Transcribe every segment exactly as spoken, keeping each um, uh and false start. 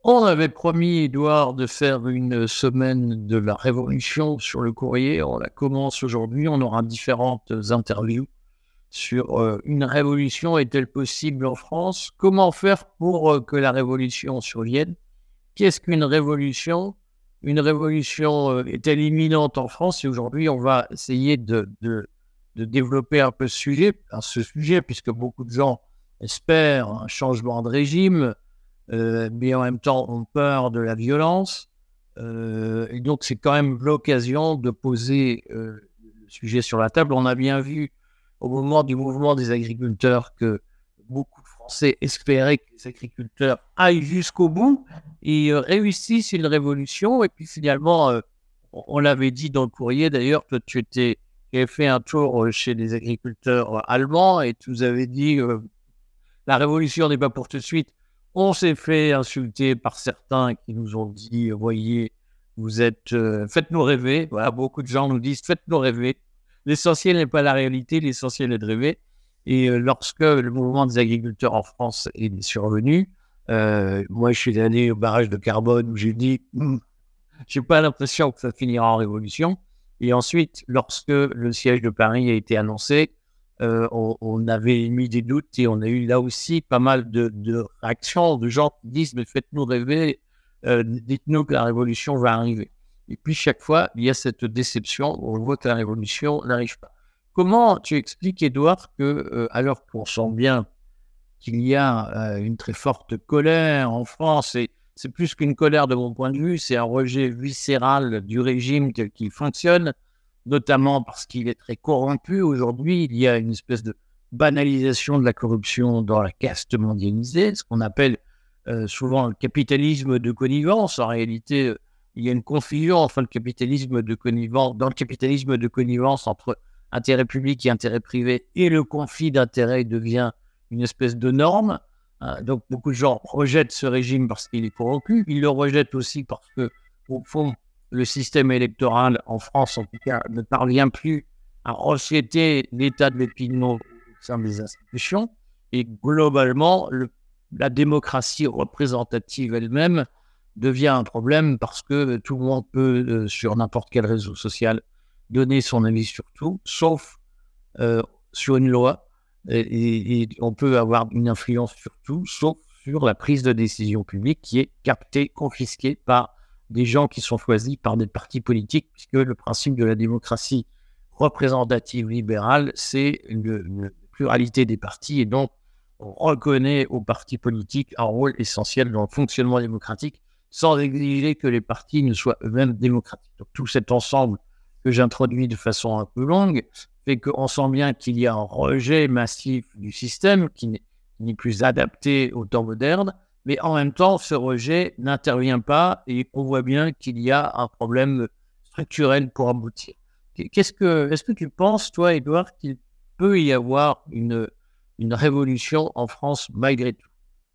On avait promis, Édouard, de faire une semaine de la Révolution sur le courrier. On la commence aujourd'hui. On aura différentes interviews sur euh, une révolution est-elle possible en France? Comment faire pour euh, que la révolution survienne? Qu'est-ce qu'une révolution? Une révolution euh, est-elle imminente en France? Et aujourd'hui, on va essayer de, de, de développer un peu ce sujet, ce sujet, puisque beaucoup de gens espèrent un changement de régime. Euh, mais en même temps ont peur de la violence. Euh, et donc, c'est quand même l'occasion de poser euh, le sujet sur la table. On a bien vu au moment du mouvement des agriculteurs que beaucoup de Français espéraient que les agriculteurs aillent jusqu'au bout et euh, réussissent une révolution. Et puis finalement, euh, on, on l'avait dit dans le courrier, d'ailleurs, toi, tu étais, tu avais fait un tour chez les agriculteurs allemands et tu nous avais dit euh, la révolution n'est pas pour tout de suite. On s'est fait insulter par certains qui nous ont dit, voyez, vous êtes, euh, faites-nous rêver. Voilà, beaucoup de gens nous disent, faites-nous rêver. L'essentiel n'est pas la réalité, l'essentiel est de rêver. Et euh, lorsque le mouvement des agriculteurs en France est survenu, euh, moi, je suis allé au barrage de Carbone où j'ai dit, hm, j'ai pas l'impression que ça finira en révolution. Et ensuite, lorsque le siège de Paris a été annoncé, Euh, on, on avait mis des doutes et on a eu là aussi pas mal de, de réactions de gens qui disent mais faites-nous rêver, euh, dites-nous que la révolution va arriver. Et puis chaque fois, il y a cette déception, on voit que la révolution n'arrive pas. Comment tu expliques, Édouard, que euh, alors qu'on sent bien qu'il y a euh, une très forte colère en France, et c'est plus qu'une colère de mon point de vue, c'est un rejet viscéral du régime tel qu'il fonctionne, notamment parce qu'il est très corrompu. Aujourd'hui, il y a une espèce de banalisation de la corruption dans la caste mondialisée, ce qu'on appelle euh, souvent le capitalisme de connivence. En réalité, euh, il y a une confusion entre le capitalisme de connivence, dans le capitalisme de connivence entre intérêt public et intérêt privé, et le conflit d'intérêts devient une espèce de norme. Euh, donc, beaucoup de gens rejettent ce régime parce qu'il est corrompu. Ils le rejettent aussi parce que, au fond, le système électoral en France, en tout cas, ne parvient plus à refléter l'état de l'opinion au sein des institutions. Et globalement, le, la démocratie représentative elle-même devient un problème parce que tout le monde peut, euh, sur n'importe quel réseau social, donner son avis sur tout, sauf euh, sur une loi. Et, et on peut avoir une influence sur tout, sauf sur la prise de décision publique qui est captée, confisquée par des gens qui sont choisis par des partis politiques, puisque le principe de la démocratie représentative libérale, c'est une pluralité des partis, et donc on reconnaît aux partis politiques un rôle essentiel dans le fonctionnement démocratique, sans exiger que les partis ne soient eux-mêmes démocratiques. Donc tout cet ensemble que j'introduis de façon un peu longue fait qu'on sent bien qu'il y a un rejet massif du système qui n'est, qui n'est plus adapté au temps moderne. Mais en même temps, ce rejet n'intervient pas et on voit bien qu'il y a un problème structurel pour aboutir. Qu'est-ce que, est-ce que tu penses, toi, Édouard, qu'il peut y avoir une, une révolution en France malgré tout?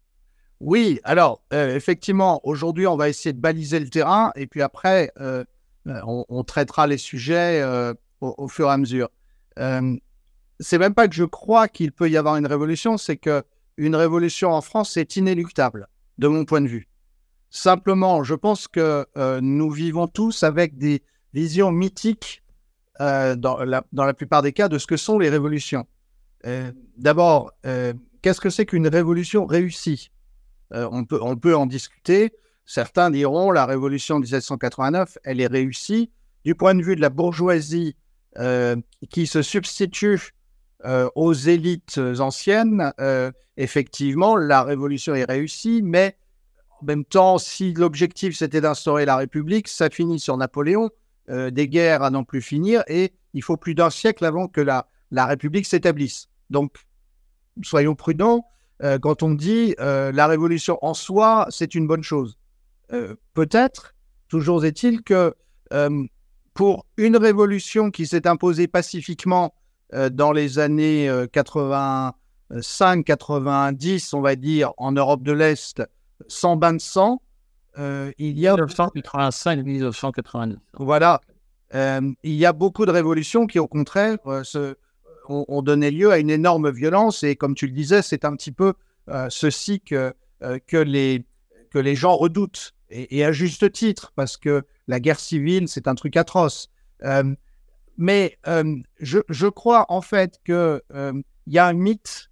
Oui, alors, euh, effectivement, aujourd'hui, on va essayer de baliser le terrain et puis après, euh, on, on traitera les sujets euh, au, au fur et à mesure. Euh, c'est même pas que je crois qu'il peut y avoir une révolution, c'est que une révolution en France est inéluctable, de mon point de vue. Simplement, je pense que euh, nous vivons tous avec des visions mythiques, euh, dans, la, dans la plupart des cas, de ce que sont les révolutions. Euh, d'abord, euh, qu'est-ce que c'est qu'une révolution réussie? euh, on peut, on peut en discuter. Certains diront la révolution de dix-sept cent quatre-vingt-neuf, elle est réussie. Du point de vue de la bourgeoisie euh, qui se substitue Euh, aux élites anciennes, euh, effectivement, la révolution est réussie, mais en même temps, si l'objectif c'était d'instaurer la République, ça finit sur Napoléon, euh, des guerres à n'en plus finir, et il faut plus d'un siècle avant que la, la République s'établisse. Donc, soyons prudents, euh, quand on dit euh, la révolution en soi, c'est une bonne chose. Euh, peut-être, toujours est-il que euh, pour une révolution qui s'est imposée pacifiquement dans les années quatre-vingt-cinq quatre-vingt-dix, on va dire, en Europe de l'Est, sans bain de sang, euh, il y a... mille neuf cent quatre-vingt-cinq mille neuf cent quatre-vingt-dix. Voilà. Euh, il y a beaucoup de révolutions qui, au contraire, euh, se, ont, ont donné lieu à une énorme violence. Et comme tu le disais, c'est un petit peu euh, ceci que, euh, que, les, que les gens redoutent, et, et à juste titre, parce que la guerre civile, c'est un truc atroce. Euh, mais euh, je, je crois en fait qu'il euh, y a un mythe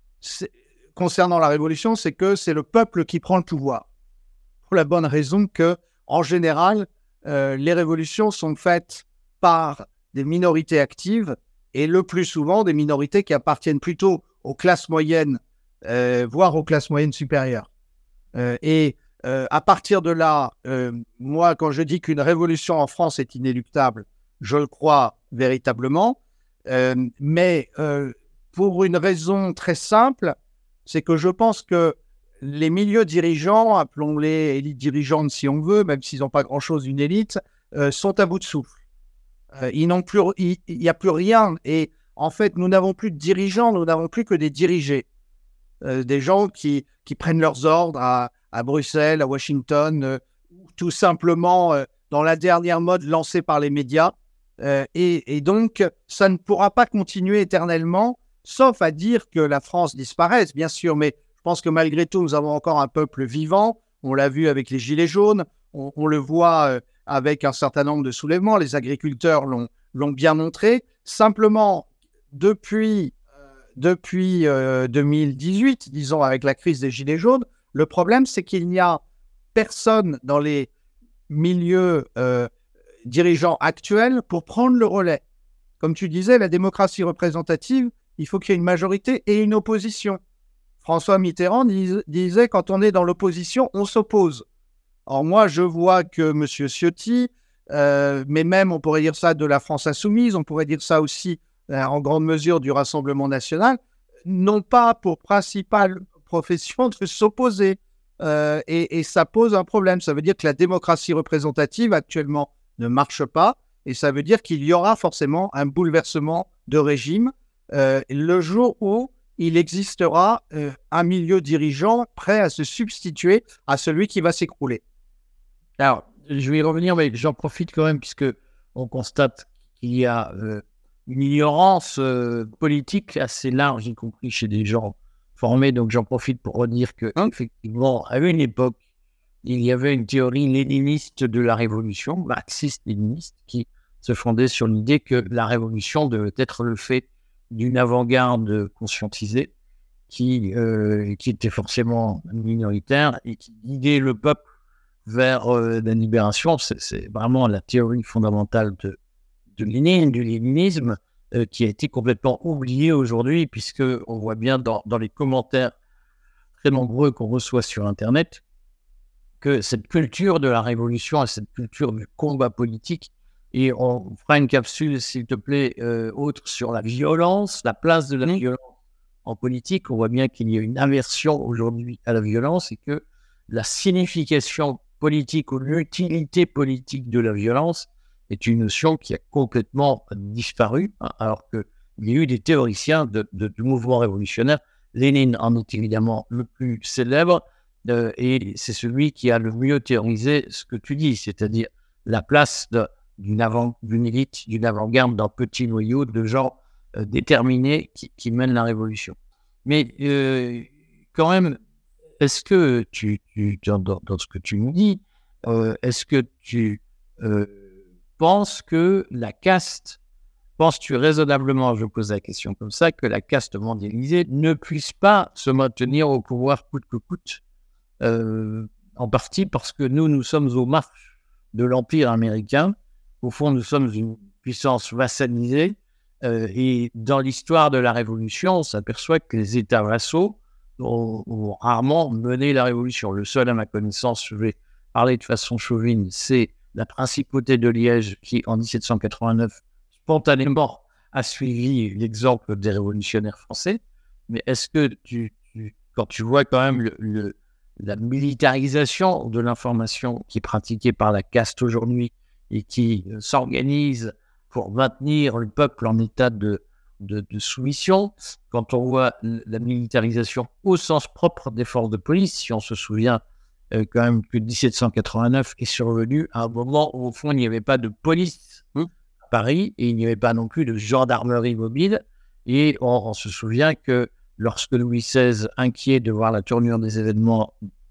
concernant la révolution, c'est que c'est le peuple qui prend le pouvoir. Pour la bonne raison que, en général, euh, les révolutions sont faites par des minorités actives et le plus souvent des minorités qui appartiennent plutôt aux classes moyennes, euh, voire aux classes moyennes supérieures. Euh, et euh, à partir de là, euh, moi, quand je dis qu'une révolution en France est inéluctable, je le crois véritablement, euh, mais euh, pour une raison très simple, c'est que je pense que les milieux dirigeants, appelons-les élites dirigeantes si on veut, même s'ils n'ont pas grand-chose d'une élite, euh, sont à bout de souffle. Euh, ils n'ont plus, il n'y a plus rien. Et en fait, nous n'avons plus de dirigeants, nous n'avons plus que des dirigés. Euh, des gens qui, qui prennent leurs ordres à, à Bruxelles, à Washington, euh, tout simplement euh, dans la dernière mode lancée par les médias. Euh, et, et donc, ça ne pourra pas continuer éternellement, sauf à dire que la France disparaisse, bien sûr, mais je pense que malgré tout, nous avons encore un peuple vivant. On l'a vu avec les Gilets jaunes, on, on le voit euh, avec un certain nombre de soulèvements. Les agriculteurs l'ont, l'ont bien montré. Simplement, depuis, euh, depuis euh, deux mille dix-huit, disons, avec la crise des Gilets jaunes, le problème, c'est qu'il n'y a personne dans les milieux euh, dirigeants actuels pour prendre le relais. Comme tu disais, la démocratie représentative, il faut qu'il y ait une majorité et une opposition. François Mitterrand dis, disait, quand on est dans l'opposition, on s'oppose. Or, moi, je vois que M. Ciotti, euh, mais même, on pourrait dire ça de la France insoumise, on pourrait dire ça aussi, euh, en grande mesure, du Rassemblement national, n'ont pas pour principale profession de s'opposer. Euh, et, et ça pose un problème. Ça veut dire que la démocratie représentative, actuellement, ne marche pas. Et ça veut dire qu'il y aura forcément un bouleversement de régime euh, le jour où il existera euh, un milieu dirigeant prêt à se substituer à celui qui va s'écrouler. Alors, je vais y revenir, mais j'en profite quand même, puisque on constate qu'il y a euh, une ignorance euh, politique assez large, y compris chez des gens formés. Donc, j'en profite pour redire que, effectivement, à une époque, il y avait une théorie léniniste de la révolution, marxiste-léniniste, qui se fondait sur l'idée que la révolution devait être le fait d'une avant-garde conscientisée qui, euh, qui était forcément minoritaire et qui guidait le peuple vers euh, la libération. C'est, c'est vraiment la théorie fondamentale de, de Lénine, du léninisme, euh, qui a été complètement oubliée aujourd'hui, puisqu'on voit bien dans, dans les commentaires très nombreux qu'on reçoit sur Internet que cette culture de la révolution et cette culture du combat politique, et on fera une capsule, s'il te plaît, euh, autre sur la violence, la place de la violence en politique. On voit bien qu'il y a une aversion aujourd'hui à la violence et que la signification politique ou l'utilité politique de la violence est une notion qui a complètement disparu, hein, alors qu'il y a eu des théoriciens de, de, du mouvement révolutionnaire. Lénine en est évidemment le plus célèbre, euh, et c'est celui qui a le mieux théorisé ce que tu dis, c'est-à-dire la place de, d'une, avant, d'une élite, d'une avant-garde, d'un petit noyau de gens euh, déterminés qui, qui mènent la révolution. Mais euh, quand même, est-ce que tu, tu dans, dans ce que tu nous dis, euh, est-ce que tu euh, penses que la caste, penses-tu raisonnablement, je pose la question comme ça, que la caste mondialisée ne puisse pas se maintenir au pouvoir coûte que coûte, euh, en partie parce que nous, nous sommes aux marches de l'Empire américain. Au fond, nous sommes une puissance vassalisée, euh, et dans l'histoire de la Révolution, on s'aperçoit que les États vassaux ont, ont rarement mené la Révolution. Le seul, à ma connaissance, je vais parler de façon chauvine, c'est la principauté de Liège qui, en dix-sept cent quatre-vingt-neuf, spontanément a suivi l'exemple des révolutionnaires français. Mais est-ce que tu, tu, quand tu vois quand même le, le, la militarisation de l'information qui est pratiquée par la caste aujourd'hui et qui euh, s'organise pour maintenir le peuple en état de, de, de soumission, quand on voit la militarisation au sens propre des forces de police, si on se souvient euh, quand même que dix-sept cent quatre-vingt-neuf est survenu à un moment où au fond il n'y avait pas de police à Paris et il n'y avait pas non plus de gendarmerie mobile, et on, on se souvient que lorsque Louis seize, inquiet de voir la tournure des événements,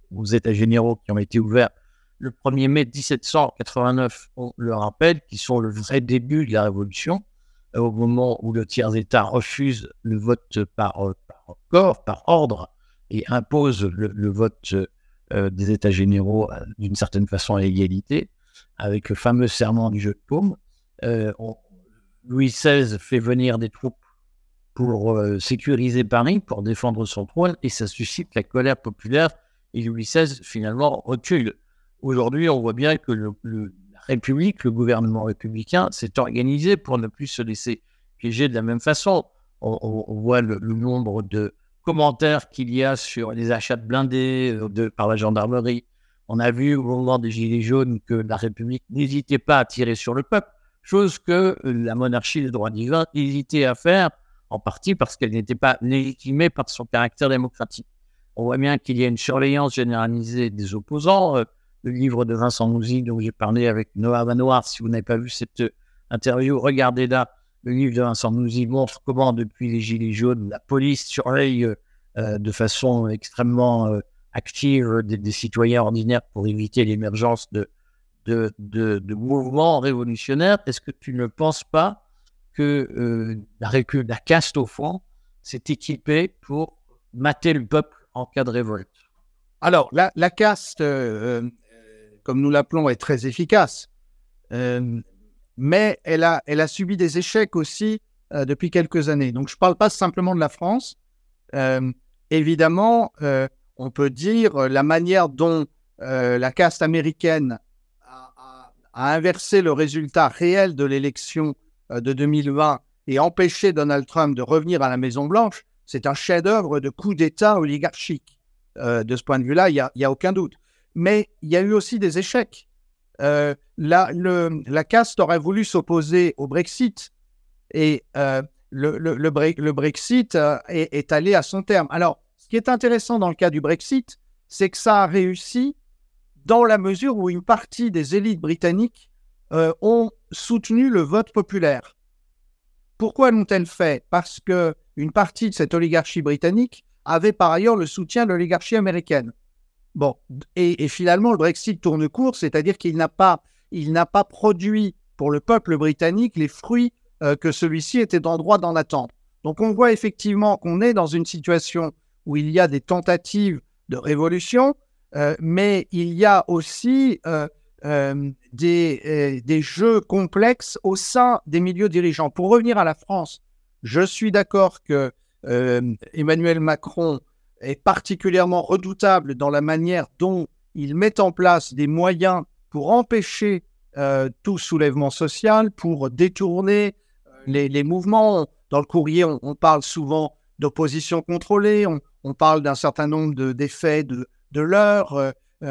aux États généraux qui ont été ouverts le premier mai dix-sept cent quatre-vingt-neuf, on le rappelle, qui sont le vrai début de la Révolution, euh, au moment où le tiers-État refuse le vote par, euh, par corps, par ordre, et impose le, le vote euh, des États généraux euh, d'une certaine façon à l'égalité, avec le fameux serment du jeu de paume. Euh, on, Louis seize fait venir des troupes pour euh, sécuriser Paris, pour défendre son trône, et ça suscite la colère populaire, et Louis seize, finalement, recule. Aujourd'hui, on voit bien que le, le, la République, le gouvernement républicain, s'est organisé pour ne plus se laisser piéger de la même façon. On, on, on voit le, le nombre de commentaires qu'il y a sur les achats de blindés de, par la gendarmerie. On a vu au moment des Gilets jaunes que la République n'hésitait pas à tirer sur le peuple, chose que la monarchie des droits divins hésitait à faire, en partie parce qu'elle n'était pas légitimée par son caractère démocratique. On voit bien qu'il y a une surveillance généralisée des opposants. Le livre de Vincent Nouzille, dont j'ai parlé avec Noah Manoir, si vous n'avez pas vu cette interview, regardez là. Le livre de Vincent Nouzille montre comment, depuis les Gilets jaunes, la police surveille euh, de façon extrêmement euh, active des, des citoyens ordinaires pour éviter l'émergence de, de, de, de mouvements révolutionnaires. Est-ce que tu ne penses pas que euh, la, récu- la caste, au fond, s'est équipée pour mater le peuple en cas de révolte? Alors, la, la caste, euh, euh, comme nous l'appelons, est très efficace. Euh, mais elle a, elle a subi des échecs aussi euh, depuis quelques années. Donc, je ne parle pas simplement de la France. Euh, évidemment, euh, on peut dire la manière dont euh, la caste américaine a, a, a inversé le résultat réel de l'élection euh, de deux mille vingt et empêché Donald Trump de revenir à la Maison-Blanche, c'est un chef-d'œuvre de coup d'État oligarchique. Euh, de ce point de vue-là, il n'y a, a aucun doute. Mais il y a eu aussi des échecs. Euh, la, le, la caste aurait voulu s'opposer au Brexit et euh, le, le, le, bre- le Brexit euh, est, est allé à son terme. Alors, ce qui est intéressant dans le cas du Brexit, c'est que ça a réussi dans la mesure où une partie des élites britanniques euh, ont soutenu le vote populaire. Pourquoi l'ont-elles fait? Parce qu'une partie de cette oligarchie britannique avait par ailleurs le soutien de l'oligarchie américaine. Bon, et, et finalement, le Brexit tourne court, c'est-à-dire qu'il n'a pas, il n'a pas produit pour le peuple britannique les fruits euh, que celui-ci était en droit d'en attendre. Donc, on voit effectivement qu'on est dans une situation où il y a des tentatives de révolution, euh, mais il y a aussi euh, euh, des, euh, des jeux complexes au sein des milieux dirigeants. Pour revenir à la France, je suis d'accord que euh, Emmanuel Macron est particulièrement redoutable dans la manière dont il met en place des moyens pour empêcher euh, tout soulèvement social, pour détourner euh, les, les mouvements. Dans le courrier, on, on parle souvent d'opposition contrôlée, on, on parle d'un certain nombre de, d'effets de, de l'heure. Euh,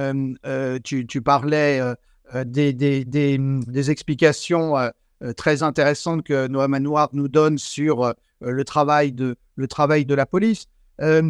euh, tu, tu parlais euh, des, des, des, des explications euh, très intéressantes que Noah Manoir nous donne sur euh, le, travail de, le travail de la police. Euh,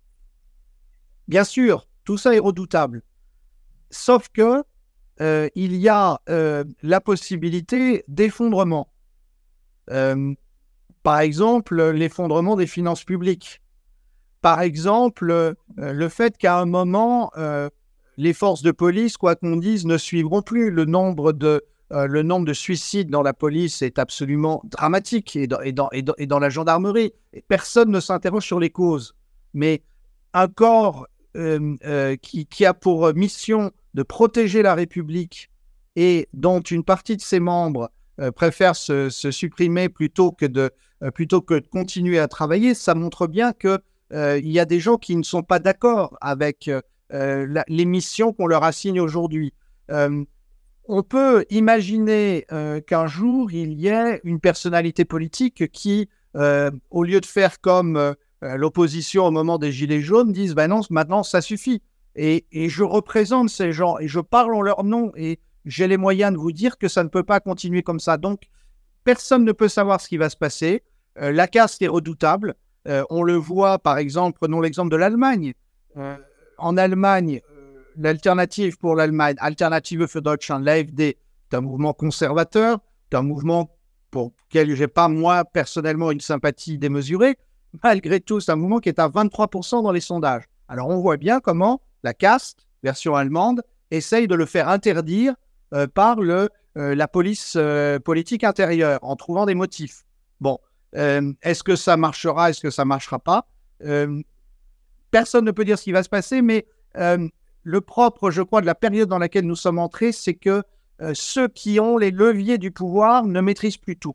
Bien sûr, tout ça est redoutable, sauf que euh, il y a euh, la possibilité d'effondrement. Euh, par exemple, l'effondrement des finances publiques. Par exemple, euh, le fait qu'à un moment, euh, les forces de police, quoi qu'on dise, ne suivront plus. Le nombre de, euh, le nombre de suicides dans la police est absolument dramatique, et dans, et dans, et dans, et dans la gendarmerie. Et personne ne s'interroge sur les causes. Mais un corps Euh, euh, qui, qui a pour mission de protéger la République et dont une partie de ses membres euh, préfère se, se supprimer plutôt que, de, euh, plutôt que de continuer à travailler, ça montre bien qu'il euh, y a des gens qui ne sont pas d'accord avec euh, la, les missions qu'on leur assigne aujourd'hui. Euh, on peut imaginer euh, qu'un jour, il y ait une personnalité politique qui, euh, au lieu de faire comme... Euh, l'opposition au moment des Gilets jaunes disent ben non, maintenant ça suffit. Et, et je représente ces gens et je parle en leur nom et j'ai les moyens de vous dire que ça ne peut pas continuer comme ça. Donc, personne ne peut savoir ce qui va se passer. Euh, la caste est redoutable. Euh, on le voit, par exemple, prenons l'exemple de l'Allemagne. Euh, en Allemagne, euh, l'alternative pour l'Allemagne, Alternative für Deutschland, l'A F D, c'est un mouvement conservateur, c'est un mouvement pour lequel je n'ai pas, moi, personnellement, une sympathie démesurée. Malgré tout, c'est un mouvement qui est à vingt-trois pour cent dans les sondages. Alors, on voit bien comment la caste, version allemande, essaye de le faire interdire euh, par le, euh, la police euh, politique intérieure, en trouvant des motifs. Bon, euh, est-ce que ça marchera, est-ce que ça ne marchera pas? euh, Personne ne peut dire ce qui va se passer, mais euh, le propre, je crois, de la période dans laquelle nous sommes entrés, c'est que euh, ceux qui ont les leviers du pouvoir ne maîtrisent plus tout.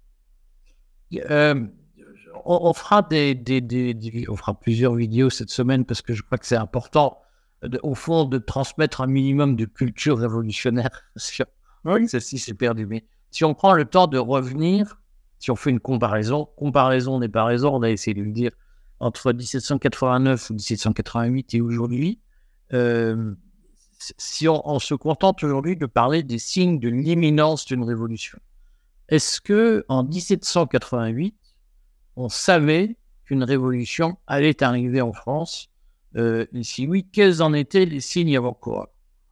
Euh, on, on, fera des, des, des, des, on fera plusieurs vidéos cette semaine parce que je crois que c'est important, de, au fond, de transmettre un minimum de culture révolutionnaire. Oui. Celle-ci s'est perdue. Mais si on prend le temps de revenir, si on fait une comparaison, comparaison n'est pas raison, on a essayé de le dire, entre dix-sept cent quatre-vingt-neuf ou dix-sept cent quatre-vingt-huit et aujourd'hui, euh, si on, on se contente aujourd'hui de parler des signes de l'imminence d'une révolution, est-ce qu'en dix-sept cent quatre-vingt-huit, on savait qu'une révolution allait arriver en France? euh, Et si oui, quels en étaient les signes avant-coureurs?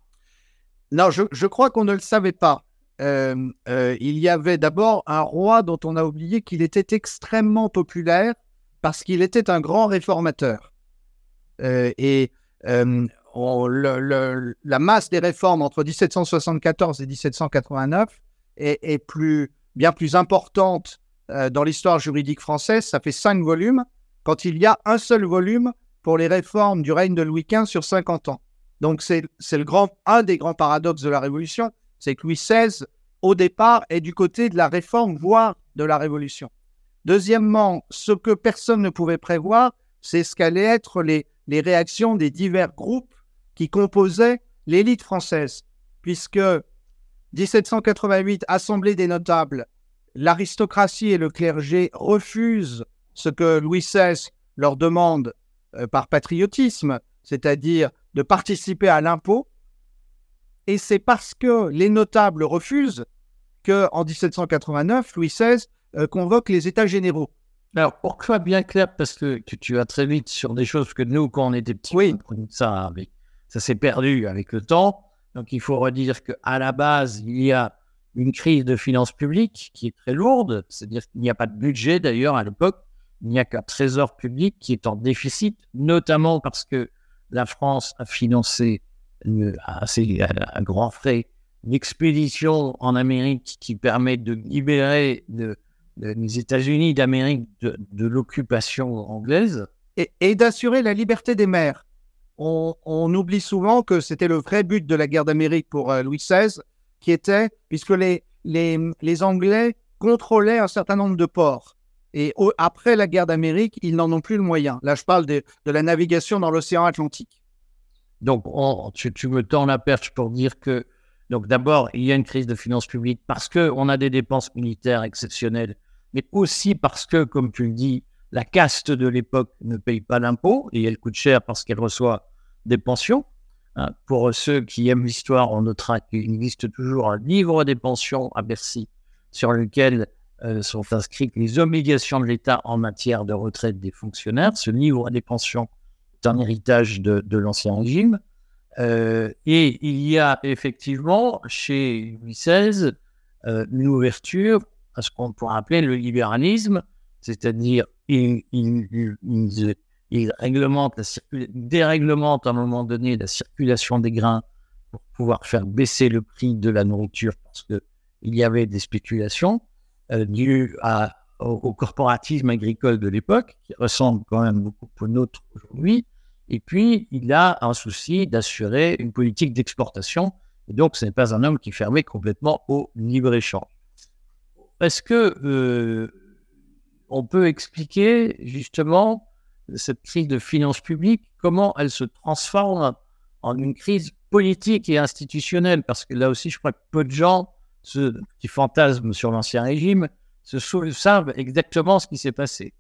Non, je, je crois qu'on ne le savait pas. Euh, euh, il y avait d'abord un roi dont on a oublié qu'il était extrêmement populaire parce qu'il était un grand réformateur. Euh, et euh, on, le, le, la masse des réformes entre dix-sept cent soixante-quatorze et dix-sept cent quatre-vingt-neuf est, est plus, bien plus importante euh, dans l'histoire juridique française. Ça fait cinq volumes, quand il y a un seul volume pour les réformes du règne de Louis quinze sur cinquante ans. Donc c'est, c'est le grand, un des grands paradoxes de la Révolution, c'est que Louis seize, au départ, est du côté de la réforme, voire de la Révolution. Deuxièmement, ce que personne ne pouvait prévoir, c'est ce qu'allaient être les, les réactions des divers groupes qui composaient l'élite française, puisque dix-sept cent quatre-vingt-huit, Assemblée des notables, l'aristocratie et le clergé refusent ce que Louis seize leur demande euh, par patriotisme, c'est-à-dire de participer à l'impôt. Et c'est parce que les notables refusent qu'en dix-sept cent quatre-vingt-neuf, Louis seize euh, convoque les États généraux. Alors, pour que ce soit bien clair, parce que tu, tu vas très vite sur des choses que nous, quand on était petits, oui. on ça, avec, ça s'est perdu avec le temps. Donc, il faut redire qu'à la base, il y a une crise de finances publiques qui est très lourde. C'est-à-dire qu'il n'y a pas de budget, d'ailleurs, à l'époque. Il n'y a qu'un trésor public qui est en déficit, notamment parce que la France a financé euh, assez, à, à grands frais une expédition en Amérique qui permet de libérer de, de, les États-Unis d'Amérique de, de l'occupation anglaise. Et, et d'assurer la liberté des mers. On, on oublie souvent que c'était le vrai but de la guerre d'Amérique pour euh, Louis seize, qui était, puisque les, les, les Anglais contrôlaient un certain nombre de ports. Et au, après la guerre d'Amérique, ils n'en ont plus le moyen. Là, je parle de, de la navigation dans l'océan Atlantique. Donc, on, tu, tu me tends la perche pour dire que, donc d'abord, il y a une crise de finances publiques parce qu'on a des dépenses militaires exceptionnelles, mais aussi parce que, comme tu le dis, la caste de l'époque ne paye pas d'impôts et elle coûte cher parce qu'elle reçoit des pensions. Hein, pour ceux qui aiment l'histoire, on notera qu'il existe toujours un livre des pensions à Bercy sur lequel euh, sont inscrites les obligations de l'État en matière de retraite des fonctionnaires. Ce livre des pensions est un héritage de, de l'Ancien Régime. Euh, et il y a effectivement chez Louis seize euh, une ouverture à ce qu'on pourrait appeler le libéralisme, c'est-à-dire il, il, il, il, il réglemente la circul- déréglemente à un moment donné la circulation des grains pour pouvoir faire baisser le prix de la nourriture parce qu'il y avait des spéculations euh, dues à, au, au corporatisme agricole de l'époque, qui ressemble quand même beaucoup au nôtre aujourd'hui. Et puis, il a un souci d'assurer une politique d'exportation. Et donc, ce n'est pas un homme qui fermait complètement au libre-échange. Est-ce que euh, on peut expliquer justement cette crise de finances publiques, comment elle se transforme en une crise politique et institutionnelle? Parce que là aussi, je crois que peu de gens se, qui fantasment sur l'Ancien Régime se savent exactement ce qui s'est passé.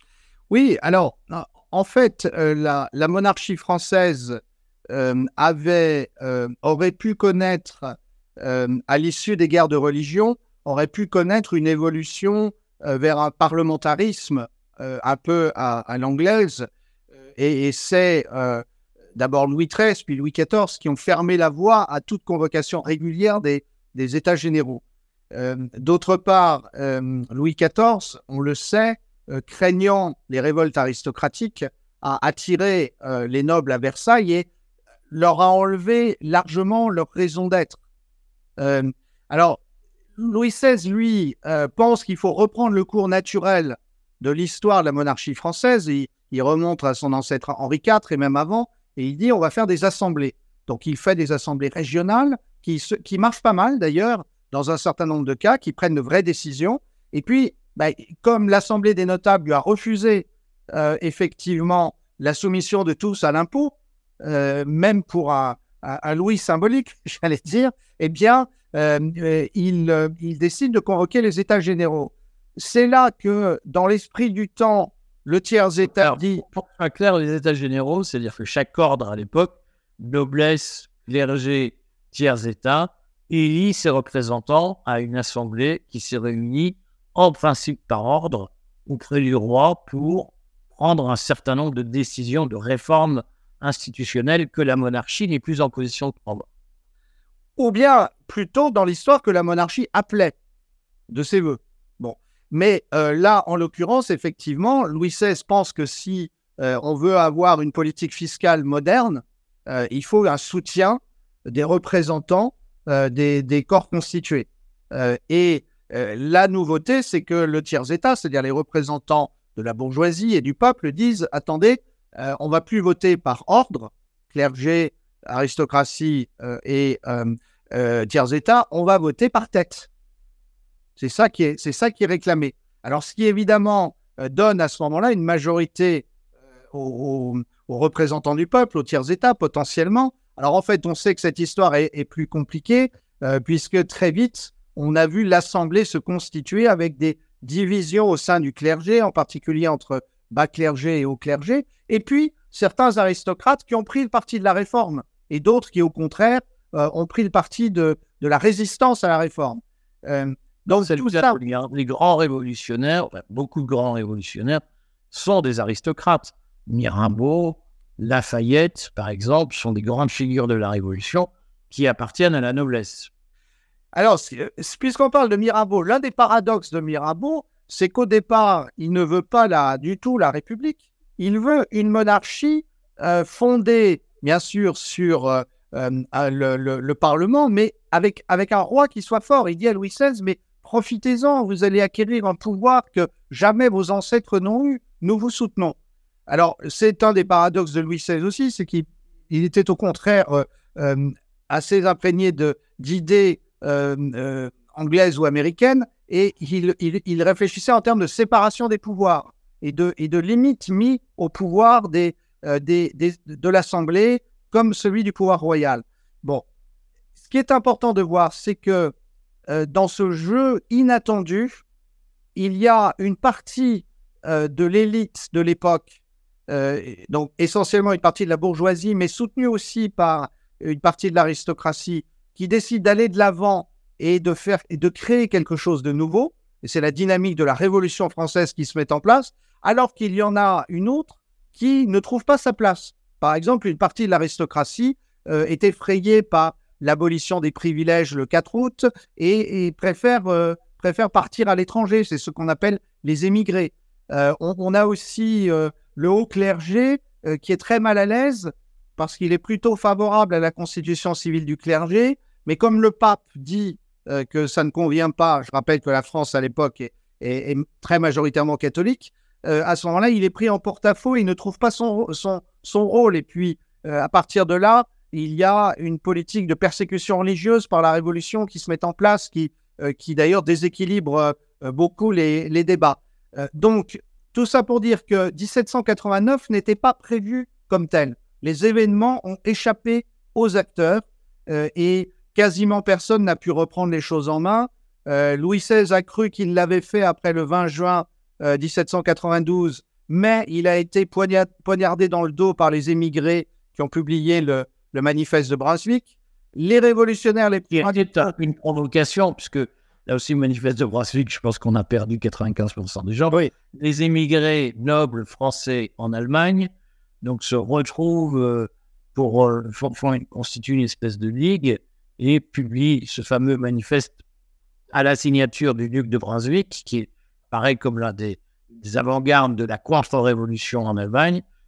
Oui, alors... En fait, euh, la, la monarchie française euh, avait, euh, aurait pu connaître, euh, à l'issue des guerres de religion, aurait pu connaître une évolution euh, vers un parlementarisme euh, un peu à, à l'anglaise. Et, et c'est euh, d'abord Louis treize, puis Louis quatorze qui ont fermé la voie à toute convocation régulière des, des États généraux. Euh, d'autre part, euh, Louis quatorze, on le sait, Euh, craignant les révoltes aristocratiques, a attiré euh, les nobles à Versailles et leur a enlevé largement leur raison d'être. Euh, alors, Louis seize, lui, euh, pense qu'il faut reprendre le cours naturel de l'histoire de la monarchie française. Il, il remonte à son ancêtre Henri quatre et même avant, et il dit on va faire des assemblées. Donc, il fait des assemblées régionales qui, se, qui marchent pas mal d'ailleurs, dans un certain nombre de cas, qui prennent de vraies décisions. Et puis, bah, comme l'Assemblée des notables lui a refusé euh, effectivement la soumission de tous à l'impôt, euh, même pour un, un, un louis symbolique, j'allais dire, eh bien, euh, euh, il, euh, il décide de convoquer les États généraux. C'est là que, dans l'esprit du temps, le tiers-État Alors, dit... pour faire clair, les États généraux, c'est-à-dire que chaque ordre à l'époque, noblesse, clergé, tiers-État, élit ses représentants à une assemblée qui se réunit en principe par ordre auprès du roi pour prendre un certain nombre de décisions de réformes institutionnelles que la monarchie n'est plus en position de prendre. Ou bien, plutôt dans l'histoire que la monarchie appelait de ses voeux. Bon. Mais euh, là, en l'occurrence, effectivement, Louis seize pense que si euh, on veut avoir une politique fiscale moderne, euh, il faut un soutien des représentants euh, des, des corps constitués. Euh, et euh, la nouveauté, c'est que le tiers-État, c'est-à-dire les représentants de la bourgeoisie et du peuple, disent « Attendez, euh, on ne va plus voter par ordre, clergé, aristocratie euh, et euh, euh, tiers-État, on va voter par tête. » C'est ça qui est, c'est ça qui est réclamé. Alors, ce qui évidemment euh, donne à ce moment-là une majorité euh, aux, aux représentants du peuple, aux tiers-États potentiellement. Alors, en fait, on sait que cette histoire est, est plus compliquée euh, puisque très vite, on a vu l'Assemblée se constituer avec des divisions au sein du clergé, en particulier entre bas clergé et haut clergé, et puis certains aristocrates qui ont pris le parti de la réforme et d'autres qui, au contraire, euh, ont pris le parti de, de la résistance à la réforme. Euh, Donc, c'est tout ça. Les grands révolutionnaires, enfin, beaucoup de grands révolutionnaires, sont des aristocrates. Mirabeau, Lafayette, par exemple, sont des grandes figures de la Révolution qui appartiennent à la noblesse. Alors, puisqu'on parle de Mirabeau, l'un des paradoxes de Mirabeau, c'est qu'au départ, il ne veut pas la, du tout la République. Il veut une monarchie euh, fondée, bien sûr, sur euh, euh, le, le, le Parlement, mais avec, avec un roi qui soit fort. Il dit à Louis seize, mais profitez-en, vous allez acquérir un pouvoir que jamais vos ancêtres n'ont eu. Nous vous soutenons. Alors, c'est un des paradoxes de Louis seize aussi, c'est qu'il il était au contraire euh, euh, assez imprégné de, d'idées euh, euh, anglaises ou américaines, et il, il, il réfléchissait en termes de séparation des pouvoirs et de, et de limites mises au pouvoir des, euh, des, des, de l'Assemblée comme celui du pouvoir royal. Bon, ce qui est important de voir, c'est que euh, dans ce jeu inattendu, il y a une partie euh, de l'élite de l'époque, euh, donc essentiellement une partie de la bourgeoisie, mais soutenue aussi par une partie de l'aristocratie, qui décide d'aller de l'avant et de faire et de créer quelque chose de nouveau. Et c'est la dynamique de la Révolution française qui se met en place, alors qu'il y en a une autre qui ne trouve pas sa place. Par exemple, une partie de l'aristocratie euh, est effrayée par l'abolition des privilèges le quatre août et, et préfère, euh, préfère partir à l'étranger. C'est ce qu'on appelle les émigrés. Euh, on, on a aussi euh, le haut clergé euh, qui est très mal à l'aise parce qu'il est plutôt favorable à la constitution civile du clergé, mais comme le pape dit euh, que ça ne convient pas, je rappelle que la France à l'époque est, est, est très majoritairement catholique, euh, à ce moment-là, il est pris en porte-à-faux, il ne trouve pas son, son, son rôle. Et puis, euh, à partir de là, il y a une politique de persécution religieuse par la Révolution qui se met en place, qui, euh, qui d'ailleurs déséquilibre euh, beaucoup les, les débats. Euh, donc, tout ça pour dire que dix-sept cent quatre-vingt-neuf n'était pas prévu comme tel. Les événements ont échappé aux acteurs euh, et quasiment personne n'a pu reprendre les choses en main. Euh, Louis seize a cru qu'il l'avait fait après le vingt juin euh, dix-sept cent quatre-vingt-douze, mais il a été poignard- poignardé dans le dos par les émigrés qui ont publié le, le manifeste de Brunswick. Les révolutionnaires les plus... C'était une provocation, puisque là aussi, le manifeste de Brunswick, je pense qu'on a perdu quatre-vingt-quinze pour cent des gens. Oui. Les émigrés nobles français en Allemagne donc se retrouvent euh, pour euh, constituer une espèce de ligue et publient ce fameux manifeste à la signature du duc de Brunswick, qui est pareil comme l'un des, des avant-gardes de la contre-révolution en Allemagne,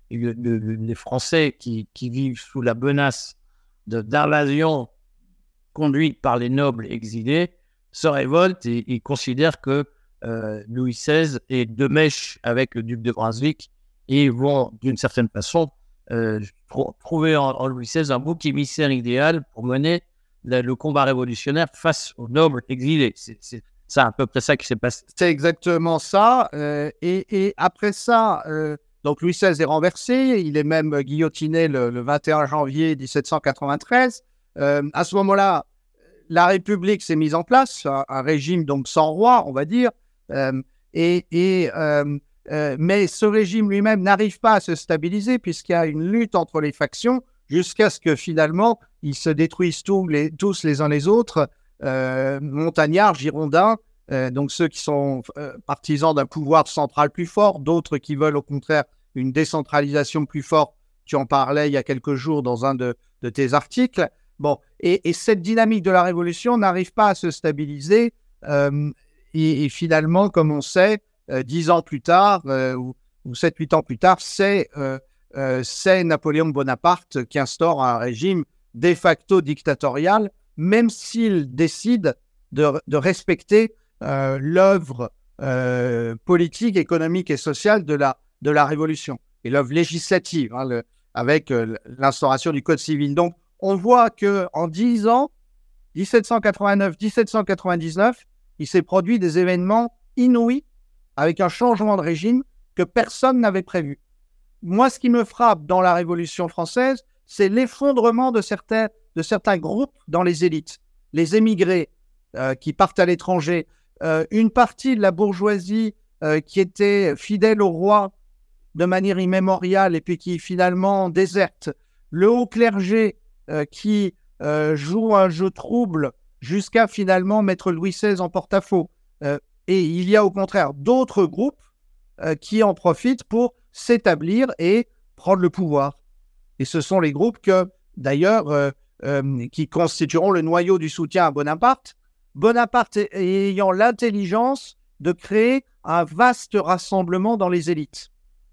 le, le, les Français qui, qui vivent sous la menace de, d'invasion conduite par les nobles exilés se révoltent et, et considèrent que euh, Louis seize est de mèche avec le duc de Brunswick et vont d'une certaine façon euh, tr- trouver en, en Louis seize un bouc émissaire idéal pour mener la, le combat révolutionnaire face aux nobles exilés. C'est, c'est, c'est à peu près ça qui s'est passé. C'est exactement ça. Euh, et, et après ça, euh, donc Louis seize est renversé. Il est même guillotiné le, le vingt et un janvier dix-sept cent quatre-vingt-treize. Euh, à ce moment-là, la République s'est mise en place, un, un régime donc sans roi, on va dire. Euh, et, et, euh, euh, mais ce régime lui-même n'arrive pas à se stabiliser puisqu'il y a une lutte entre les factions jusqu'à ce que finalement ils se détruisent tous les, tous les uns les autres, euh, montagnards, girondins, euh, donc ceux qui sont euh, partisans d'un pouvoir central plus fort, d'autres qui veulent au contraire une décentralisation plus forte. Tu en parlais il y a quelques jours dans un de, de tes articles. Bon, et, et cette dynamique de la Révolution n'arrive pas à se stabiliser. Euh, et, et finalement, comme on sait, euh, dix ans plus tard, euh, ou, ou sept, huit ans plus tard, c'est, euh, euh, c'est Napoléon Bonaparte qui instaure un régime de facto dictatorial, même s'il décide de, de respecter euh, l'œuvre euh, politique, économique et sociale de la, de la Révolution, et l'œuvre législative, hein, le, avec euh, l'instauration du Code civil. Donc, on voit qu'en dix ans, dix-sept cent quatre-vingt-neuf à dix-sept cent quatre-vingt-dix-neuf, il s'est produit des événements inouïs avec un changement de régime que personne n'avait prévu. Moi, ce qui me frappe dans la Révolution française, c'est l'effondrement de certains, de certains groupes dans les élites. Les émigrés euh, qui partent à l'étranger, euh, une partie de la bourgeoisie euh, qui était fidèle au roi de manière immémoriale et puis qui finalement déserte, le haut clergé euh, qui euh, joue un jeu trouble jusqu'à finalement mettre Louis seize en porte-à-faux. Euh, et il y a au contraire d'autres groupes euh, qui en profitent pour s'établir et prendre le pouvoir. Et ce sont les groupes que, d'ailleurs, euh, euh, qui constitueront le noyau du soutien à Bonaparte. Bonaparte ayant l'intelligence de créer un vaste rassemblement dans les élites.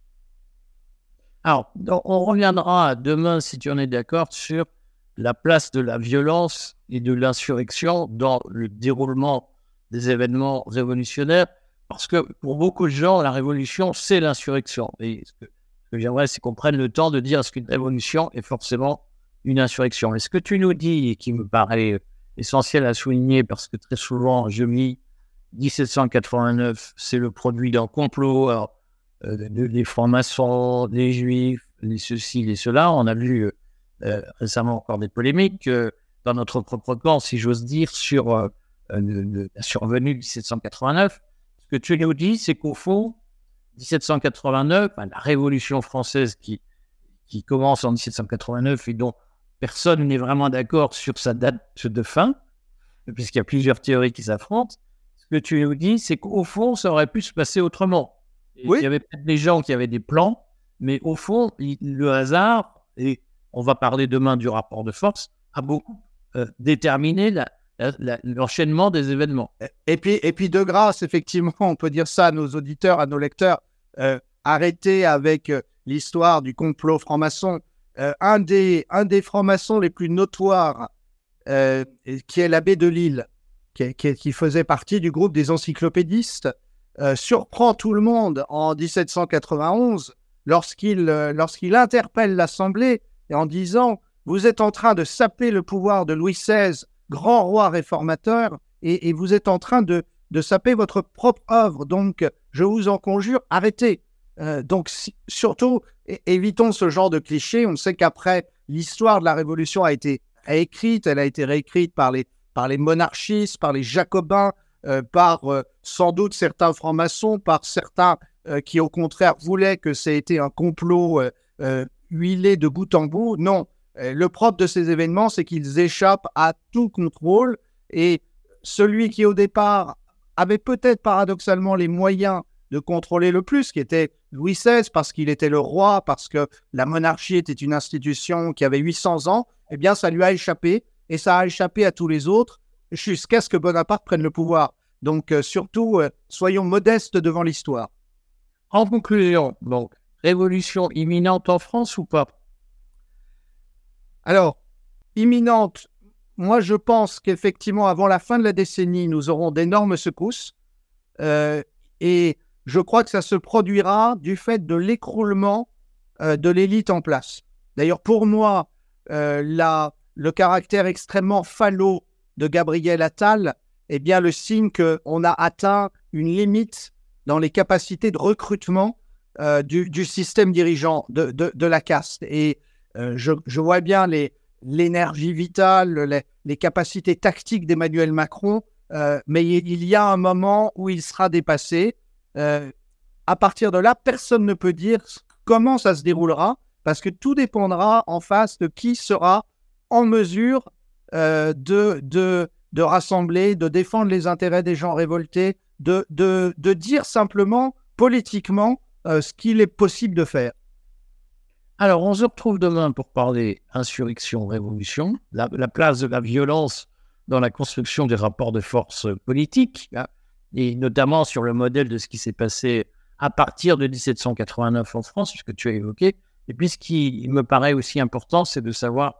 Alors, on reviendra demain, si tu en es d'accord, sur la place de la violence et de l'insurrection dans le déroulement des événements révolutionnaires, parce que pour beaucoup de gens, la révolution, c'est l'insurrection. Et ce que, ce que j'aimerais, c'est qu'on prenne le temps de dire est-ce qu'une révolution est forcément une insurrection. Et ce que tu nous dis, et qui me paraît essentiel à souligner, parce que très souvent, je lis dix-sept cent quatre-vingt-neuf, c'est le produit d'un complot, alors, euh, des francs-maçons, des juifs, les ceci, les cela. On a vu euh, récemment encore des polémiques euh, dans notre propre camp, si j'ose dire, sur euh, le, le, la survenue de dix-sept cent quatre-vingt-neuf. Ce que tu nous dis, c'est qu'au fond, dix-sept cent quatre-vingt-neuf, ben, la Révolution française qui, qui commence en dix-sept cent quatre-vingt-neuf et dont personne n'est vraiment d'accord sur sa date de fin, puisqu'il y a plusieurs théories qui s'affrontent, ce que tu nous dis, c'est qu'au fond, ça aurait pu se passer autrement. Et oui. Il y avait peut-être des gens qui avaient des plans, mais au fond, il, le hasard, et on va parler demain du rapport de force, a beaucoup euh, déterminé la, la, la, l'enchaînement des événements. Et puis, et puis de grâce, effectivement, on peut dire ça à nos auditeurs, à nos lecteurs, euh, arrêtez avec euh, l'histoire du complot franc-maçon. Euh, un, des, un des francs-maçons les plus notoires, euh, qui est l'abbé de Lille, qui, qui, qui faisait partie du groupe des encyclopédistes, euh, surprend tout le monde en dix-sept cent quatre-vingt-onze lorsqu'il, euh, lorsqu'il interpelle l'Assemblée et en disant « Vous êtes en train de saper le pouvoir de Louis seize, grand roi réformateur, et, et vous êtes en train de, de saper votre propre œuvre. Donc, je vous en conjure, arrêtez. Euh, » Donc, si, surtout, é- évitons ce genre de clichés. On sait qu'après, l'histoire de la Révolution a été réécrite. Elle a été réécrite par les, par les monarchistes, par les jacobins, euh, par euh, sans doute certains francs-maçons, par certains euh, qui, au contraire, voulaient que ça ait été un complot euh, euh, huilé de bout en bout. Non. Le propre de ces événements, c'est qu'ils échappent à tout contrôle, et celui qui, au départ, avait peut-être paradoxalement les moyens de contrôler le plus, qui était Louis seize, parce qu'il était le roi, parce que la monarchie était une institution qui avait huit cents ans, eh bien, ça lui a échappé, et ça a échappé à tous les autres, jusqu'à ce que Bonaparte prenne le pouvoir. Donc, euh, surtout, euh, soyons modestes devant l'histoire. En conclusion, donc, révolution imminente en France ou pas? Alors, imminente, moi je pense qu'effectivement, avant la fin de la décennie, nous aurons d'énormes secousses. Euh, et je crois que ça se produira du fait de l'écroulement euh, de l'élite en place. D'ailleurs, pour moi, euh, la, le caractère extrêmement falot de Gabriel Attal est bien le signe qu'on a atteint une limite dans les capacités de recrutement euh, du, du système dirigeant de, de, de la caste. Et euh, je, je vois bien les, l'énergie vitale, les, les capacités tactiques d'Emmanuel Macron, euh, mais il y a un moment où il sera dépassé. Euh, à partir de là, personne ne peut dire comment ça se déroulera, parce que tout dépendra en face de qui sera en mesure euh, de, de, de rassembler, de défendre les intérêts des gens révoltés, de, de, de dire simplement politiquement euh, ce qu'il est possible de faire. Alors, on se retrouve demain pour parler insurrection, révolution, la, la place de la violence dans la construction des rapports de force politiques, hein, et notamment sur le modèle de ce qui s'est passé à partir de dix-sept cent quatre-vingt-neuf en France, puisque tu as évoqué. Et puis, ce qui me paraît aussi important, c'est de savoir,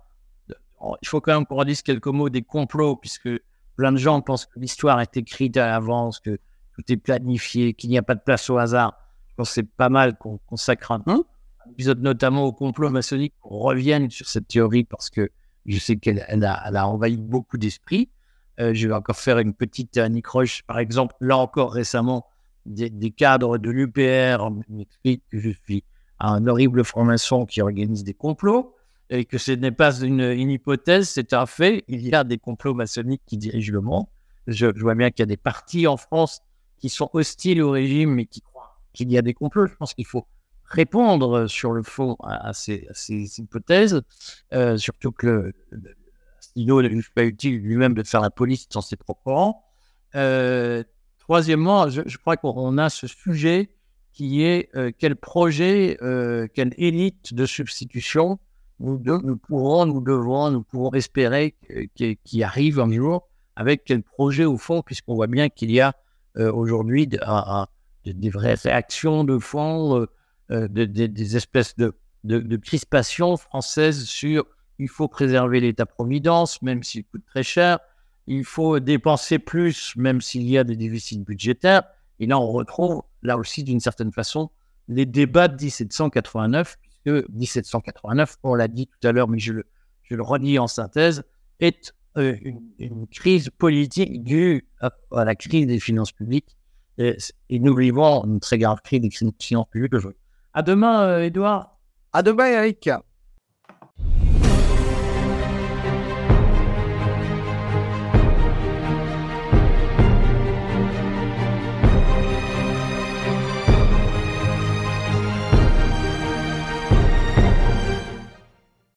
il faut quand même qu'on redise quelques mots des complots, puisque plein de gens pensent que l'histoire est écrite à l'avance, que tout est planifié, qu'il n'y a pas de place au hasard. Je pense que c'est pas mal qu'on consacre un un épisode notamment au complot maçonnique, qu'on revienne sur cette théorie, parce que je sais qu'elle elle a, elle a envahi beaucoup d'esprits. Euh, je vais encore faire une petite anicroche, par exemple, là encore récemment, des, des cadres de l'U P R m'expliquent que je suis un horrible franc-maçon qui organise des complots, et que ce n'est pas une, une hypothèse, c'est un fait. Il y a des complots maçonniques qui dirigent le monde. Je, je vois bien qu'il y a des partis en France qui sont hostiles au régime, mais qui croient qu'il y a des complots. Je pense qu'il faut répondre sur le fond à, à, ces, à ces hypothèses, euh, surtout que le, le Asselineau ne juge pas utile lui-même de faire la police dans ses propres rangs. Euh, troisièmement, je, je crois qu'on a ce sujet qui est euh, quel projet, euh, quelle élite de substitution nous, de, nous pourrons, nous devons, nous pourrons espérer qui, qui arrive un jour, avec quel projet au fond, puisqu'on voit bien qu'il y a euh, aujourd'hui de, un, de, des vraies réactions de fond, euh, euh, de, de, des espèces de, de, de crispations françaises sur il faut préserver l'État-providence, même s'il coûte très cher, il faut dépenser plus, même s'il y a des déficits budgétaires. Et là, on retrouve, là aussi, d'une certaine façon, les débats de dix-sept cent quatre-vingt-neuf, puisque dix-sept cent quatre-vingt-neuf, on l'a dit tout à l'heure, mais je le, je le redis en synthèse, est euh, une, une crise politique due à, à la crise des finances publiques. Et, et nous vivons une très grave crise des finances publiques aujourd'hui. À demain, euh, Edouard. À demain, Eric.